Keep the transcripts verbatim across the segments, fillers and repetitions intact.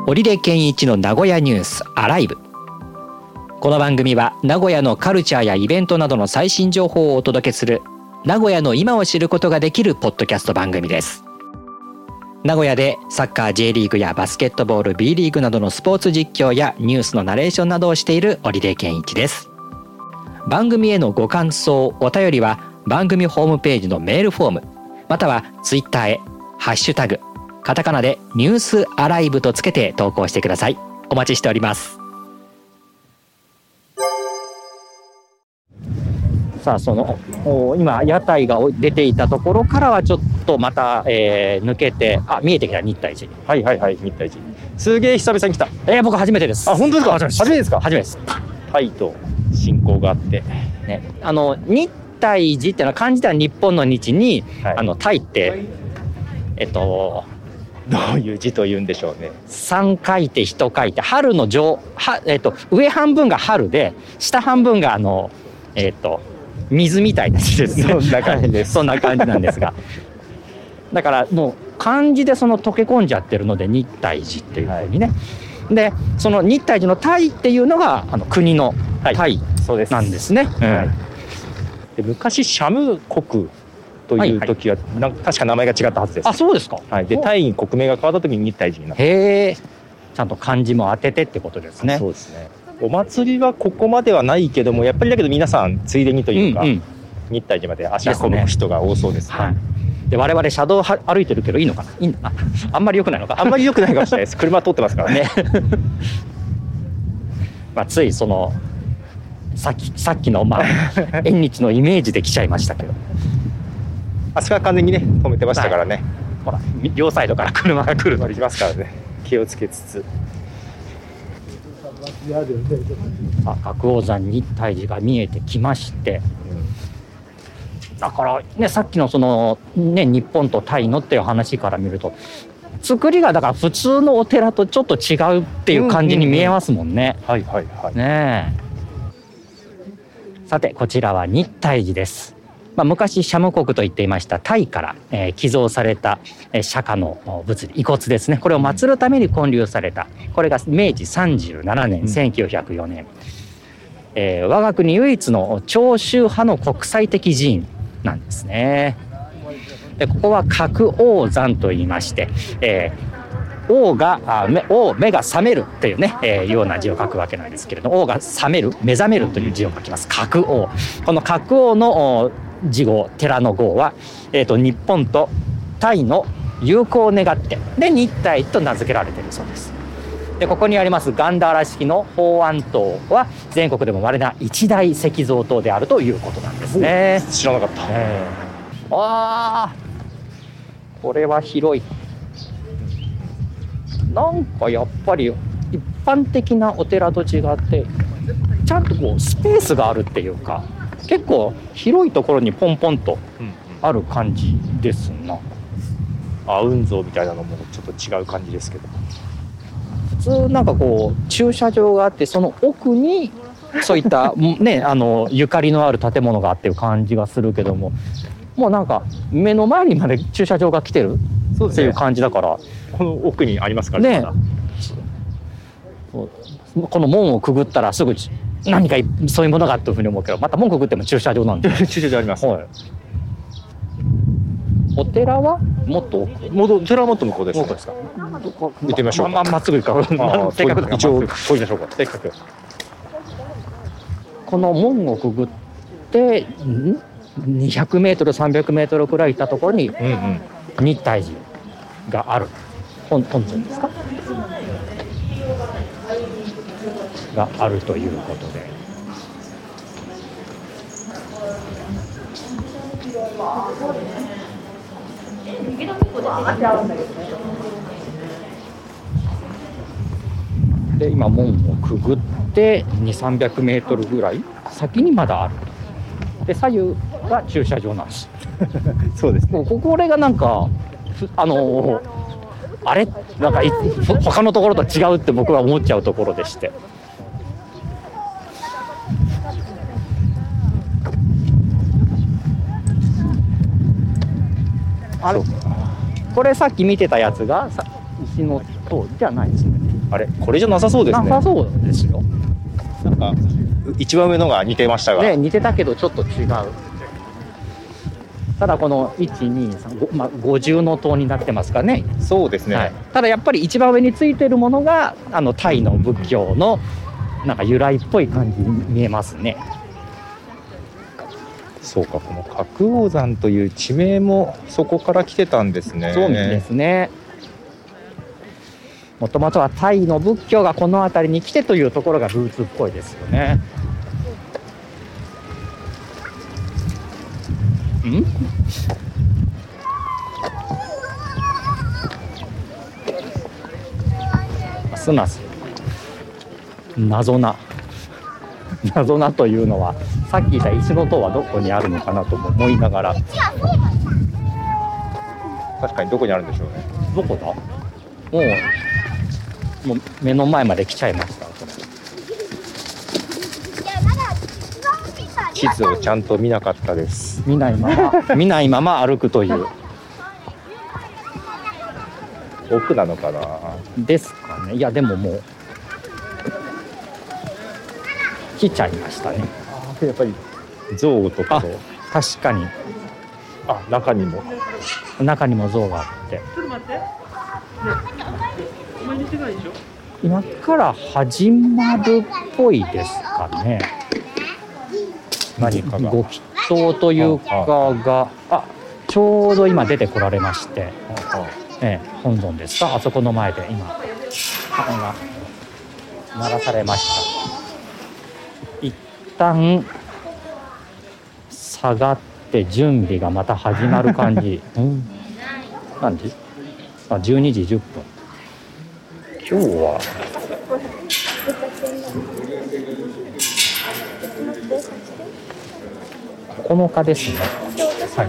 織出健一の名古屋ニュースアライブ。この番組は名古屋のカルチャーやイベントなどの最新情報をお届けする名古屋の今を知ることができるポッドキャスト番組です。名古屋でサッカー J リーグやバスケットボール B リーグなどのスポーツ実況やニュースのナレーションなどをしている織出健一です。番組へのご感想お便りは番組ホームページのメールフォームまたはツイッターへハッシュタグカタカナでニュースアライブとつけて投稿してください。お待ちしております。さあその今屋台が出ていたところからはちょっとまた、えー、抜けてあ見えてきた日体寺。 はいはいはい日体寺すげえ久々に来た。 えー、僕初めてです。 あ本当ですか。 初め初めてですか。 初めてです。 タイと親交があって、 ね、あの日体寺っていうのは漢字では日本の日に、はい、あのタイってえっとどういう字というんでしょうね。 三書いて一書いて春の上は、えっと、上半分が春で下半分があの、えっと、水みたいな字ですね。 そんな感じです。 そんな感じなんですがだからもう漢字でその溶け込んじゃってるので日体寺っていうふうにね、はい、でその日体寺のタイっていうのがあの国のタイなんですね。はい、うんはい、 で昔シャム国という時は、はいはい、なんか確か名前が違ったはずです。 あ、そうですか。 はい、でタイに国名が変わった時に日体寺になった。 へえ、ちゃんと漢字も当ててってことですね。 そうですね。お祭りはここまではないけどもやっぱりだけど皆さんついでにというか、うんうん、日体寺まで足運ぶ人が多そうですね。はい、 で我々車道は歩いてるけどいいのかな。いいのあ、あんまり良くないのか。 あんまり良くないかもしれないです。車通ってますからね。 まあついそのさっきさっきのまあ縁日のイメージで来ちゃいましたけど。 あそこは完全にね止めてましたからね、 はい、ほら両サイドから車が来るのに来ますからね気をつけつつ。 あ角王山日体寺が見えてきまして、うん、だからねさっきのそのね日本とタイのっていう話から見ると作りがだから普通のお寺とちょっと違うっていう感じに見えますもんね。 はいはいはい。 ねえ。さてこちらは日体寺です。まあ、昔シャム国と言っていましたタイから、えー、寄贈された、えー、釈迦の仏遺骨ですね。これを祀るために建立された。これが明治さんじゅうななねん、うん、せんきゅうひゃくよねん、えー、我が国唯一の長州派の国際的寺院なんですね。でここは覚王山と言いまして、えー、王があ 目, 王目が覚めるっていうね、えー、ような字を書くわけなんですけれど王が覚める目覚めるという字を書きます。覚王。この覚王の字号寺の号は、えー、と日本とタイの友好を願ってで日体と名付けられているそうです。でここにありますガンダーラ式の法安塔は全国でも稀な一大石造塔であるということなんですね。 知らなかった。 えー、あこれは広い。なんかやっぱり一般的なお寺と違ってちゃんとこうスペースがあるっていうか結構広いところにポンポンとある感じですな。 あ運像みたいなのもちょっと違う感じですけど普通なんかこう駐車場があってその奥にそういったねあのゆかりのある建物があっていう感じがするけどももうなんか目の前にまで駐車場が来てるっていう感じだから、ね、 この奥にありますからね。 この門をくぐったらすぐ何かそういうものがというふうに思うけどまた門くぐっても駐車場なんで駐車場あります、はい、 お寺はもっと奥もお寺はもっと向こうです、ね、 ですか。 行ってみましょうか。 まあ、まっすぐ行くかせっかくだから一応通りましょうか。せっかくこの門をくぐってにひゃくメートルさんびゃくメートルくらい行ったところに日体寺がある。本尊ですかがあるということでで今門をくぐってにひゃくさんびゃくメートルぐらい先にまだある。で左右が駐車場なんです。 そうですね。 もうこれがなんかあのあれなんか他のところと違うって僕は思っちゃうところでして。あれこれさっき見てたやつが石の塔じゃないですね。 あれこれじゃなさそうですね。 なさそうですよ。 なんか一番上のが似てましたが、 ね、似てたけどちょっと違う。ただこのいちにさんご、まあ、ご重の塔になってますかね。 そうですね、 はい、ただやっぱり一番上についてるものがあのタイの仏教のなんか由来っぽい感じに見えますね。 そうか、この覚王山という地名もそこから来てたんですね。 そうですね。もともとはタイの仏教がこの辺りに来てというところがルーツっぽいですよね。ん？ますます謎な謎なというのはさっき言った石の塔はどこにあるのかなとも思いながら。 確かにどこにあるんでしょうね。 どこだ？もうもう目の前まで来ちゃいました。 地図をちゃんと見なかったです。 見ないまま見ないまま歩くという奥なのかなですかね。いやでももう来ちゃいましたね。 やっぱり像とかと、 確かにあ中にも中にも像があって、 ちょっと待って。ね、お前にしてないでしょ。 今から始まるっぽいですかね。 何かがご祈祷というかが、あ、ちょうど今出てこられまして、ええ、本尊ですか、あそこの前で今鐘が鳴らされました。一旦下がって準備がまた始まる感じ。うん、何時？あ、じゅうにじじゅっぷん。今日はここのかですね。はい。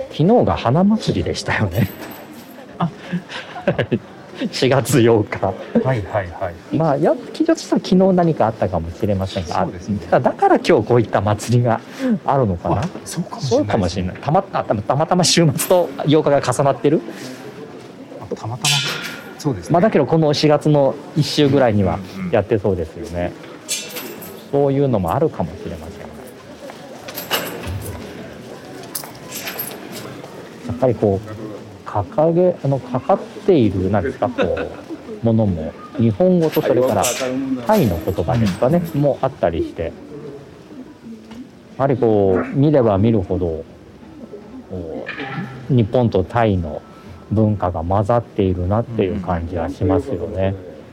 昨日が花祭りでしたよね。あ、しがつようか。 はいはいはい。 まあやっきちょっと昨日何かあったかもしれませんが、 そうですね、 だから今日こういった祭りがあるのかな。 そうかもしれない、 そうかもしれない。たまたまたまたま週末とようかが重なってる。 たまたまそうですね。 まあだけどこのしがつのいっ週ぐらいにはやってそうですよね。そういうのもあるかもしれません。やっぱりこう掲げあのかかっているなんですかこうものも日本語とそれからタイの言葉ですかね、もあったりして、やはりこう見れば見るほど日本とタイの文化が混ざっているなっていう感じはしますよね。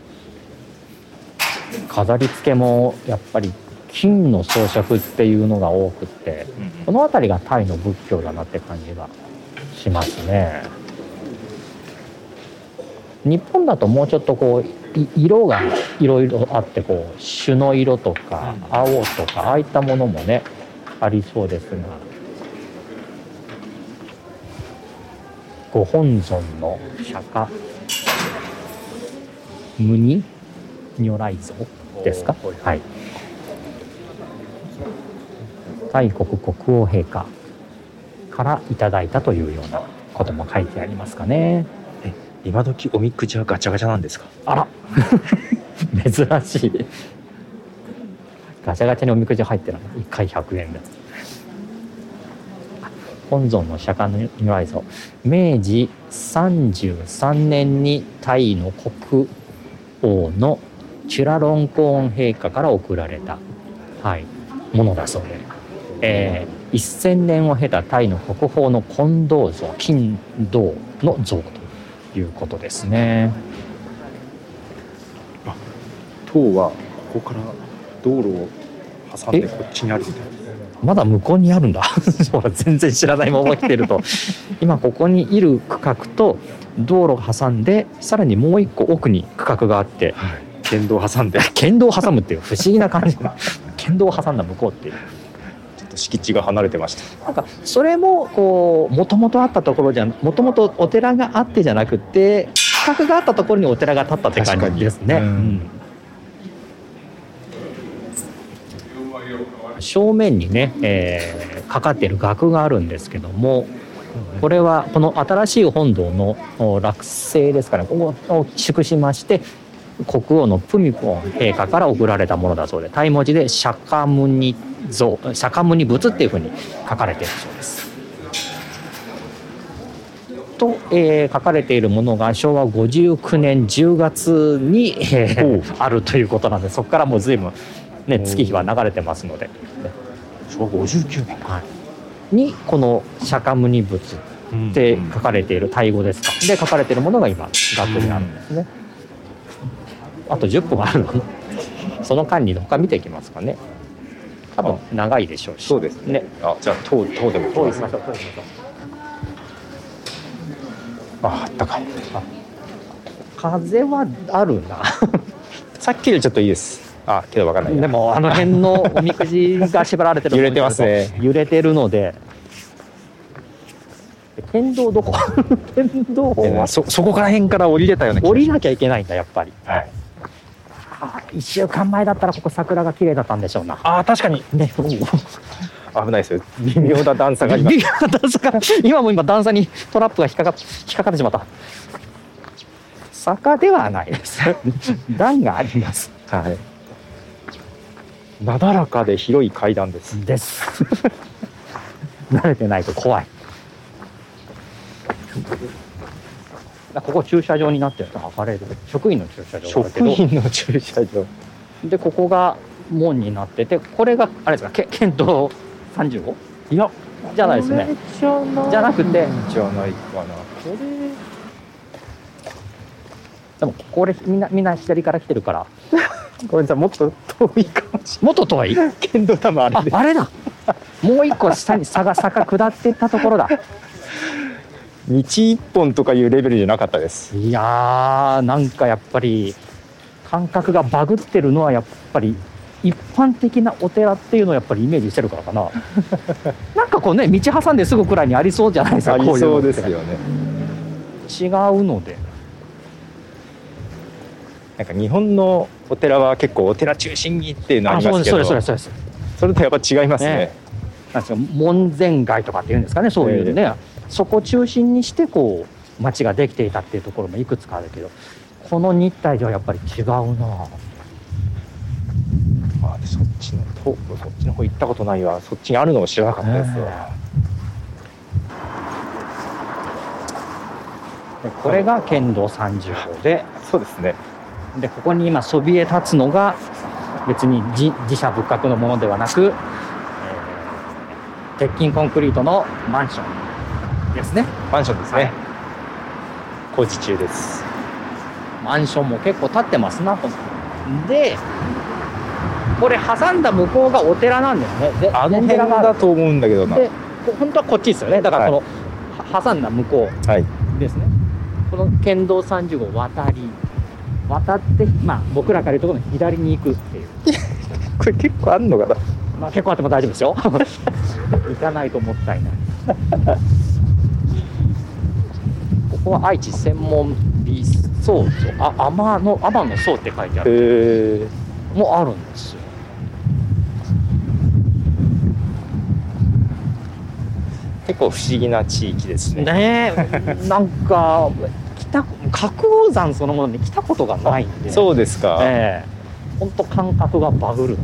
飾り付けもやっぱり金の装飾っていうのが多くって、この辺りがタイの仏教だなって感じがしますね。日本だともうちょっとこう色がいろいろあって、こう朱の色とか青とかああいったものもねありそうですが、ご本尊の釈迦無二如来像ですか、はい、タイ国国王陛下からいただいたというようなことも書いてありますかね。 え、今時おみくじはガチャガチャなんですか？ あら珍しい。ガチャガチャにおみくじ入ってるのいっかいひゃくえんで。本尊の釈迦如来像、めいじさんじゅうさんねんにタイの国王のチュラロンコーン陛下から贈られた、はい、ものだそうで、えー、せんねんを経たタイの国宝の金銅像、金銅の像ということですね。 あ、塔はここから道路を挟んでこっちにあるみたいな。 まだ向こうにあるんだほら全然知らないまま来てると今ここにいる区画と道路を挟んで、さらにもう一個奥に区画があって、 はい、県道を挟んで県道を挟むっていう不思議な感じ県道を挟んだ向こうっていう、 ちょっと敷地が離れてました。 なんかそれもこうもともとあったところじゃもともとお寺があってじゃなくて、区画があったところにお寺が建ったって感じですね。うん、正面にね、えー、かかっている額があるんですけども、これはこの新しい本堂の落成ですから、ここを縮しまして国王のプミポン陛下から贈られたものだそうで、タイ文字で釈迦牟尼像、釈迦牟尼仏っていうふうに書かれているそうです。と、えー、書かれているものがしょうわごじゅうきゅうねんじゅうがつに、えー、あるということなので、そこからもう随分、ね、月日は流れてますので、 しょうわごじゅうきゅうねんか、 はい、にこの釈迦牟尼仏って書かれている、タイ語ですかで書かれているものが今額にあるんですね。あとじゅっぷんあるのその間に他見ていきますかね。多分長いでしょうし。 そうですね。あ、じゃあ塔塔でも塔行きましょう。塔行きましょう。 あ、あったかい。 風はあるなさっきよりちょっといいです。あ、けど分かんない。 でもあの辺のおみくじが縛られてる揺れてますね。 揺れてるので。県道どこ県道はそ, そこから辺から降りれたような気が降りなきゃいけないんだやっぱり。 はい。 いっしゅうかんまえだったらここ桜が綺麗だったんでしょうな。 あ、確かに。 ね、 危ないですよ。微妙な段差があります。 微妙な段差が今も今段差にトラップが引っかかっ引っかかってしまった。坂ではないです。段があります。 はい。なだらかで広い階段です。 です。慣れてないと怖い。ここ駐車場になってると測れる職員の駐車場があるけど、 職員の駐車場でここが門になってて、これがあれですか、け県道さんじゅうご？いやじゃないですね。じゃなくてじゃないかな。これでもこれみんなみんな左から来てるからこれじゃもっと遠いかもしれない。 もっと遠い県道多分あれです。 あ、あれだもう一個下に坂坂下っていったところだ。 道一本とかいうレベルじゃなかったです。 いやーなんかやっぱり感覚がバグってるのはやっぱり一般的なお寺っていうのをやっぱりイメージしてるからかななんかこうね道挟んですぐくらいにありそうじゃないですか。 ありそうですよね。 違うのでなんか日本のお寺は結構お寺中心にっていうのありますけど、 そうですそうですそうです。 それとやっぱ違いますね。 ねなんですか門前街とかっていうんですかね、そういうね、えー、そこを中心にしてこう町ができていたっていうところもいくつかあるけど、この日体寺はやっぱり違うな。 あでそっちのそっちの方行ったことないわ。そっちにあるのを知らなかったですよ。 でこれが県道さんじゅうごで、 そうですね。 でここに今そびえ立つのが別に自社仏閣のものではなく、えー、鉄筋コンクリートのマンションですね。 マンションですね、はい、工事中です。 マンションも結構建ってますな。でこれ挟んだ向こうがお寺なんですね。であの辺だと思うんだけどな。 で本当はこっちですよね。だからこの、はい、挟んだ向こうですね、はい、この県道さんじゅうご渡り渡って、まあ、僕らからいうところの左に行くっていうこれ結構あるのかな。 まあ結構あっても大丈夫ですよ行かないともったいないここは愛知専門美僧とあ天の天の僧って書いてあるもあるんですよ。 結構不思議な地域ですね。 ねえなんか来た覚王山そのものに来たことがないんで。 そうですか。 ええ本当感覚がバグる。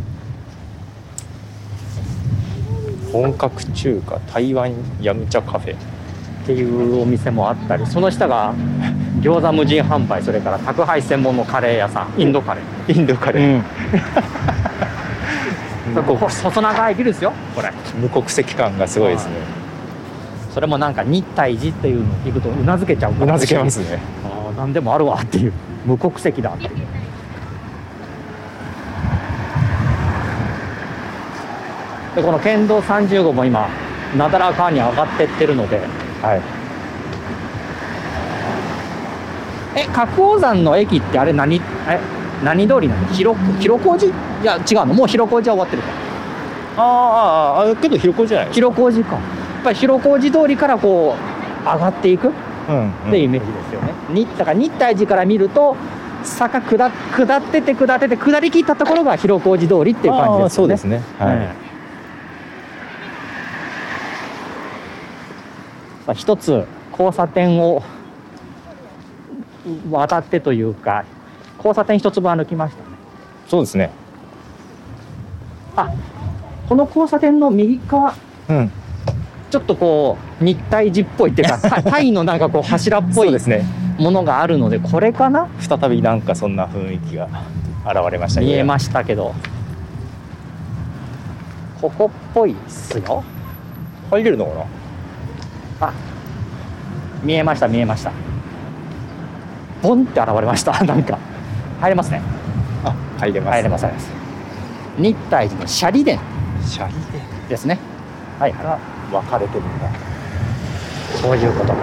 本格中華台湾ヤムチャカフェっていうお店もあったり、その下が餃子無人販売、それから宅配専門のカレー屋さん、インドカレーインドカレー、 うん、ここ細長いビルですよこれ。 無国籍感がすごいですね。 それもなんか日体寺っていうのを聞くとうなずけちゃう。 うなずけますね。 ああ何でもあるわっていう、無国籍だっていう。でこの県道さんじゅうごも今なだらかに上がってってるので、 はい、 え覚王山の駅ってあれ何え何通りなの？広広小路？いや違うの、もう広小路は終わってるか。 あああけど広小路じゃない？ 広小路か。やっぱり広小路通りからこう上がっていくっていうイメージですよね。うんうん、だから日体寺から見ると坂下下ってて下ってて下り切ったところが広小路通りっていう感じですよね。 そうですね。はい。 ね一つ交差点を渡ってというか交差点一つ分歩きましたね。 そうですね。 あ、この交差点の右側、 うん。 ちょっとこう日体寺っぽいっていうかタタイのなんかこう柱っぽいそうですね。 ものがあるので、これかな。 再びなんかそんな雰囲気が現れましたね。 見えましたけど、ここっぽいっすよ。 入れるのかな。 あ、見えました見えました。ボンって現れました。なんか入れますね。 あ、入れます。 入れます入れます。日体寺の舎利殿シャリでですね。はいはい。 が分かれてるんだ。 そういうことか。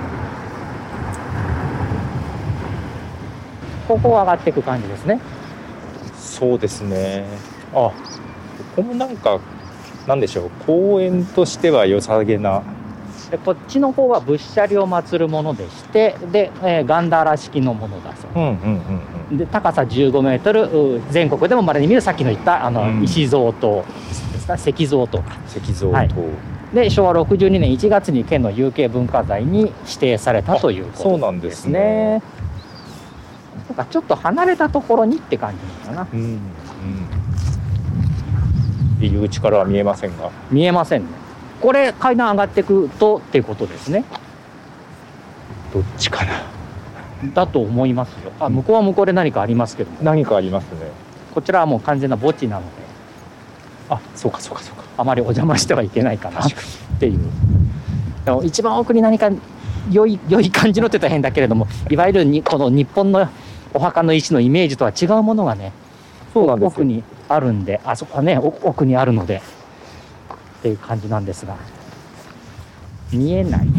ここを上がっていく感じですね。 そうですね。あ、ここもなんかなんでしょう、公園としては良さげな。 でこっちの方は仏舎利を祀るものでして、で、えーガンダーラ式のものだそううんうんうんうん。 で、高さじゅうごメートル、う全国でもまれに見るさっきの言ったあの、 うん石造塔ですか、石造塔か。 石像と、 はいで、しょうわろくじゅうにねんいちがつに県の有形文化財に指定されたということですね。 そうなんですね。 なんかちょっと離れたところにって感じなのかな。 うんうん。入り口からは見えませんが。 見えませんね。これ階段上がっていくとっていうことですね。 どっちかな。 だと思いますよ。あ、向こうは向こうで何かありますけども、 何かありますね。 こちらはもう完全な墓地なので、 あ、そうかそうかそうか。 あまりお邪魔してはいけないかなっ確かていう。でも一番奥に何か良い良い感じのって言ったら変だけれども、いわゆるにこの日本のお墓の石のイメージとは違うものがね、 そうなんですよ。 奥にあるんで、あそこはねお奥にあるのでっていう感じなんですが、見えない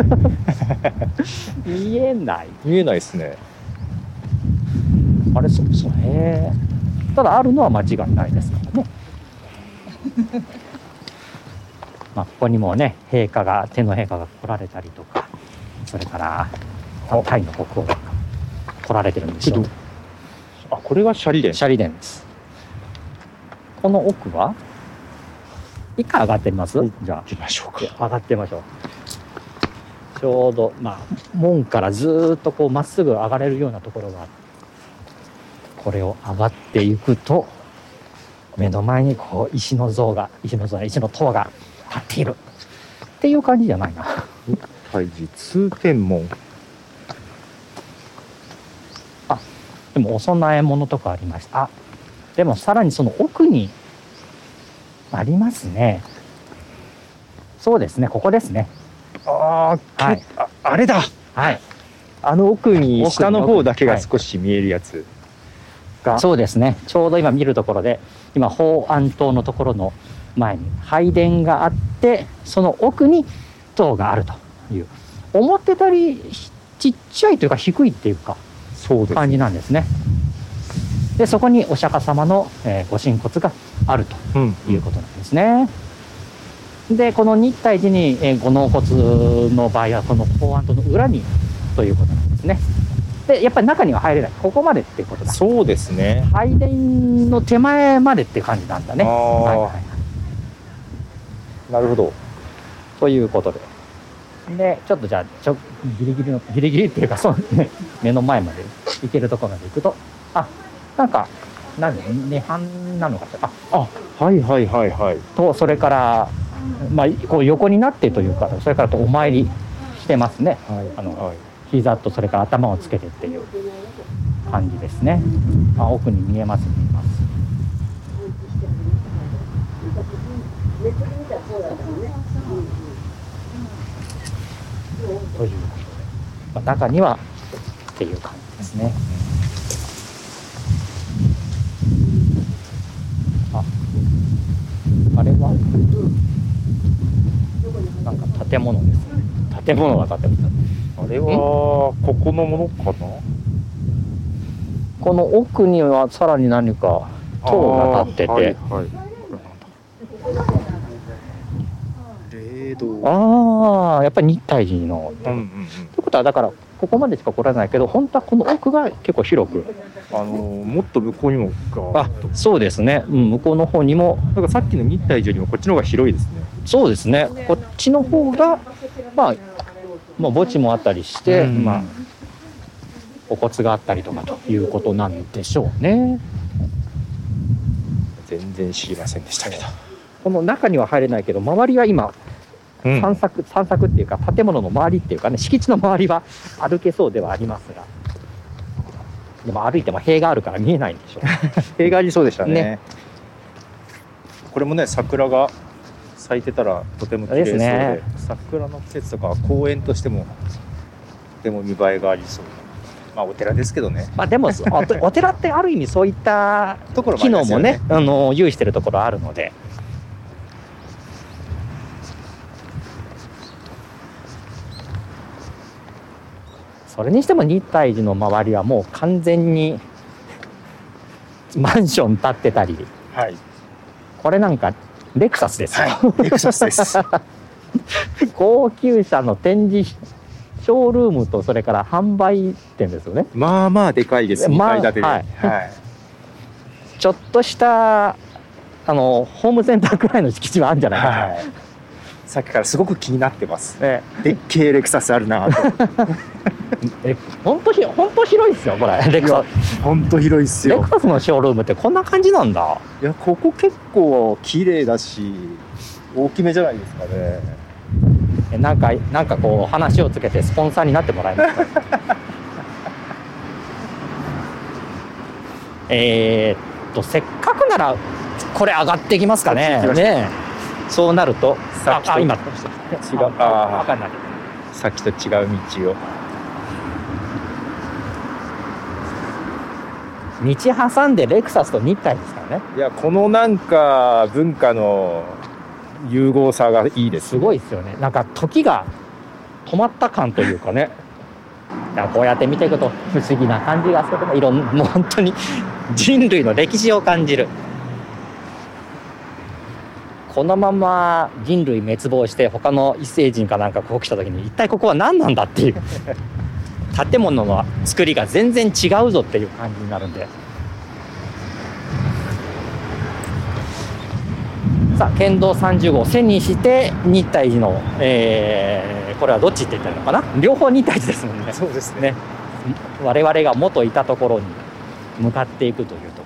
見えない。 見えないですね。 あれ、そうそう、へえ。ただあるのは間違いないですからね。まあここにもね、陛下が天皇陛下が来られたりとか、それからタイの国王が来られてるんでしょう。 あ、これがシャリ殿。 舎利殿です。この奥は以下上がってみます？じゃあ行きましょうか。 上がってみましょう。ちょうどまあ門からずーっとこうまっすぐ上がれるようなところがあって、これを上がっていくと目の前にこう石の像が石の像石の塔が立っているっていう感じじゃないな。 はい、通天門。 でもお供え物とかありました。あ、でもさらにその奥にありますね。そうですね、ここですね。 ああ、 はい、 あ、あれだ。 はい。 あの奥に奥に下の方だけが少し見えるやつが。 そうですね。ちょうど今見るところで、今宝安塔のところの前に拝殿があって、その奥に塔があるという。思ってたりちっちゃいというか低いっていうか。 そうですね、 感じなんですね。でそこにお釈迦様の、えー、ご神骨があるということなんですね。うん、でこの日体寺に、えー、ご納骨の場合はこの宝安塔の裏にということなんですね。でやっぱり中には入れない、ここまでっていうことだ。 そうですね。 拝殿の手前までって感じなんだね。 あ、 はいはい、 なるほど。 ということで。でちょっとじゃあちょギリギリのギリギリっていうかそう、ね、目の前まで行けるところまで行くと、あ、なんか何涅槃なのかしら、 あ、あ、はいはいはいはい。 とそれからまあこう横になってというか、それからとお参りしてますね。 はい、 あの、 はい、 膝とそれから頭をつけてっていう感じですね。あ、奥に見えます見えます。ということで、まあ、中にはっていう感じですね。あ、あれはなんか建物ですね。建物が建物。 あれはここのものかな。 この奥にはさらに何か塔が立ってて、 はいはい、これなんだ。霊堂。 ああ、やっぱり日体寺の。 うんうんうん。 ということはだからここまでしか来られないけど、本当はこの奥が結構広く。 あのもっと向こうにもが。あ、そうですね。うん、向こうの方にも。 なんかさっきの日体寺よりもこっちの方が広いですね。 そうですね。こっちの方がまあ、まあ墓地もあったりして、うん、まあお骨があったりとかということなんでしょうね。 全然知りませんでしたけど、 この中には入れないけど周りは今うん、 散策散策っていうか建物の周りっていうかね、敷地の周りは歩けそうではありますが、でも歩いても塀があるから見えないんでしょう。 塀がありそうでしたね。 ね、 これもね、桜が咲いてたらとても綺麗そうで、 ですね、 桜の季節とかは公園としてもとても見栄えがありそう。まあお寺ですけどね。 まあでもお, お寺ってある意味そういったところもあ機りますよね。 能もね、あの有してるところあるので。それにしても日体寺の周りはもう完全にマンション建ってたり、 はい、 これなんかレクサスですよ、 はい、レクサスです高級車の展示ショールームとそれから販売店ですよね。 まあまあでかいです、にかい建てで、 まあはいはい、ちょっとしたあのホームセンターくらいの敷地はあるんじゃないかな、はい、 さっきからすごく気になってます、 ね、 でっけえレクサスあるなとえ本当ひ本当広いですよこれ。レクサス本当広いっすよ。 レクサスのショールームってこんな感じなんだ。 いや、ここ結構綺麗だし大きめじゃないですかね。 えなんかなんかこう話をつけてスポンサーになってもらえますかえーっとせっかくならこれ上がってきますかね。ね、そうなるとさっきとああ今違うあ分かんない。 さっきと違う道を道挟んでレクサスと日体ですからね。 いや、このなんか文化の融合さがいいです、 ね、すごいですよね。なんか時が止まった感というかね。こうやって見ていくと不思議な感じがする。いろんもう本当に人類の歴史を感じる。このまま人類滅亡して他の異星人かなんかこう来た時に一体ここは何なんだっていう建物の作りが全然違うぞっていう感じになるんで。さあ県道さんじゅうごを背にして日体寺の、えー、これはどっちって言ったらいいのかな、両方日体寺ですもんね。 そうですね。 我々が元いたところに向かっていくというところ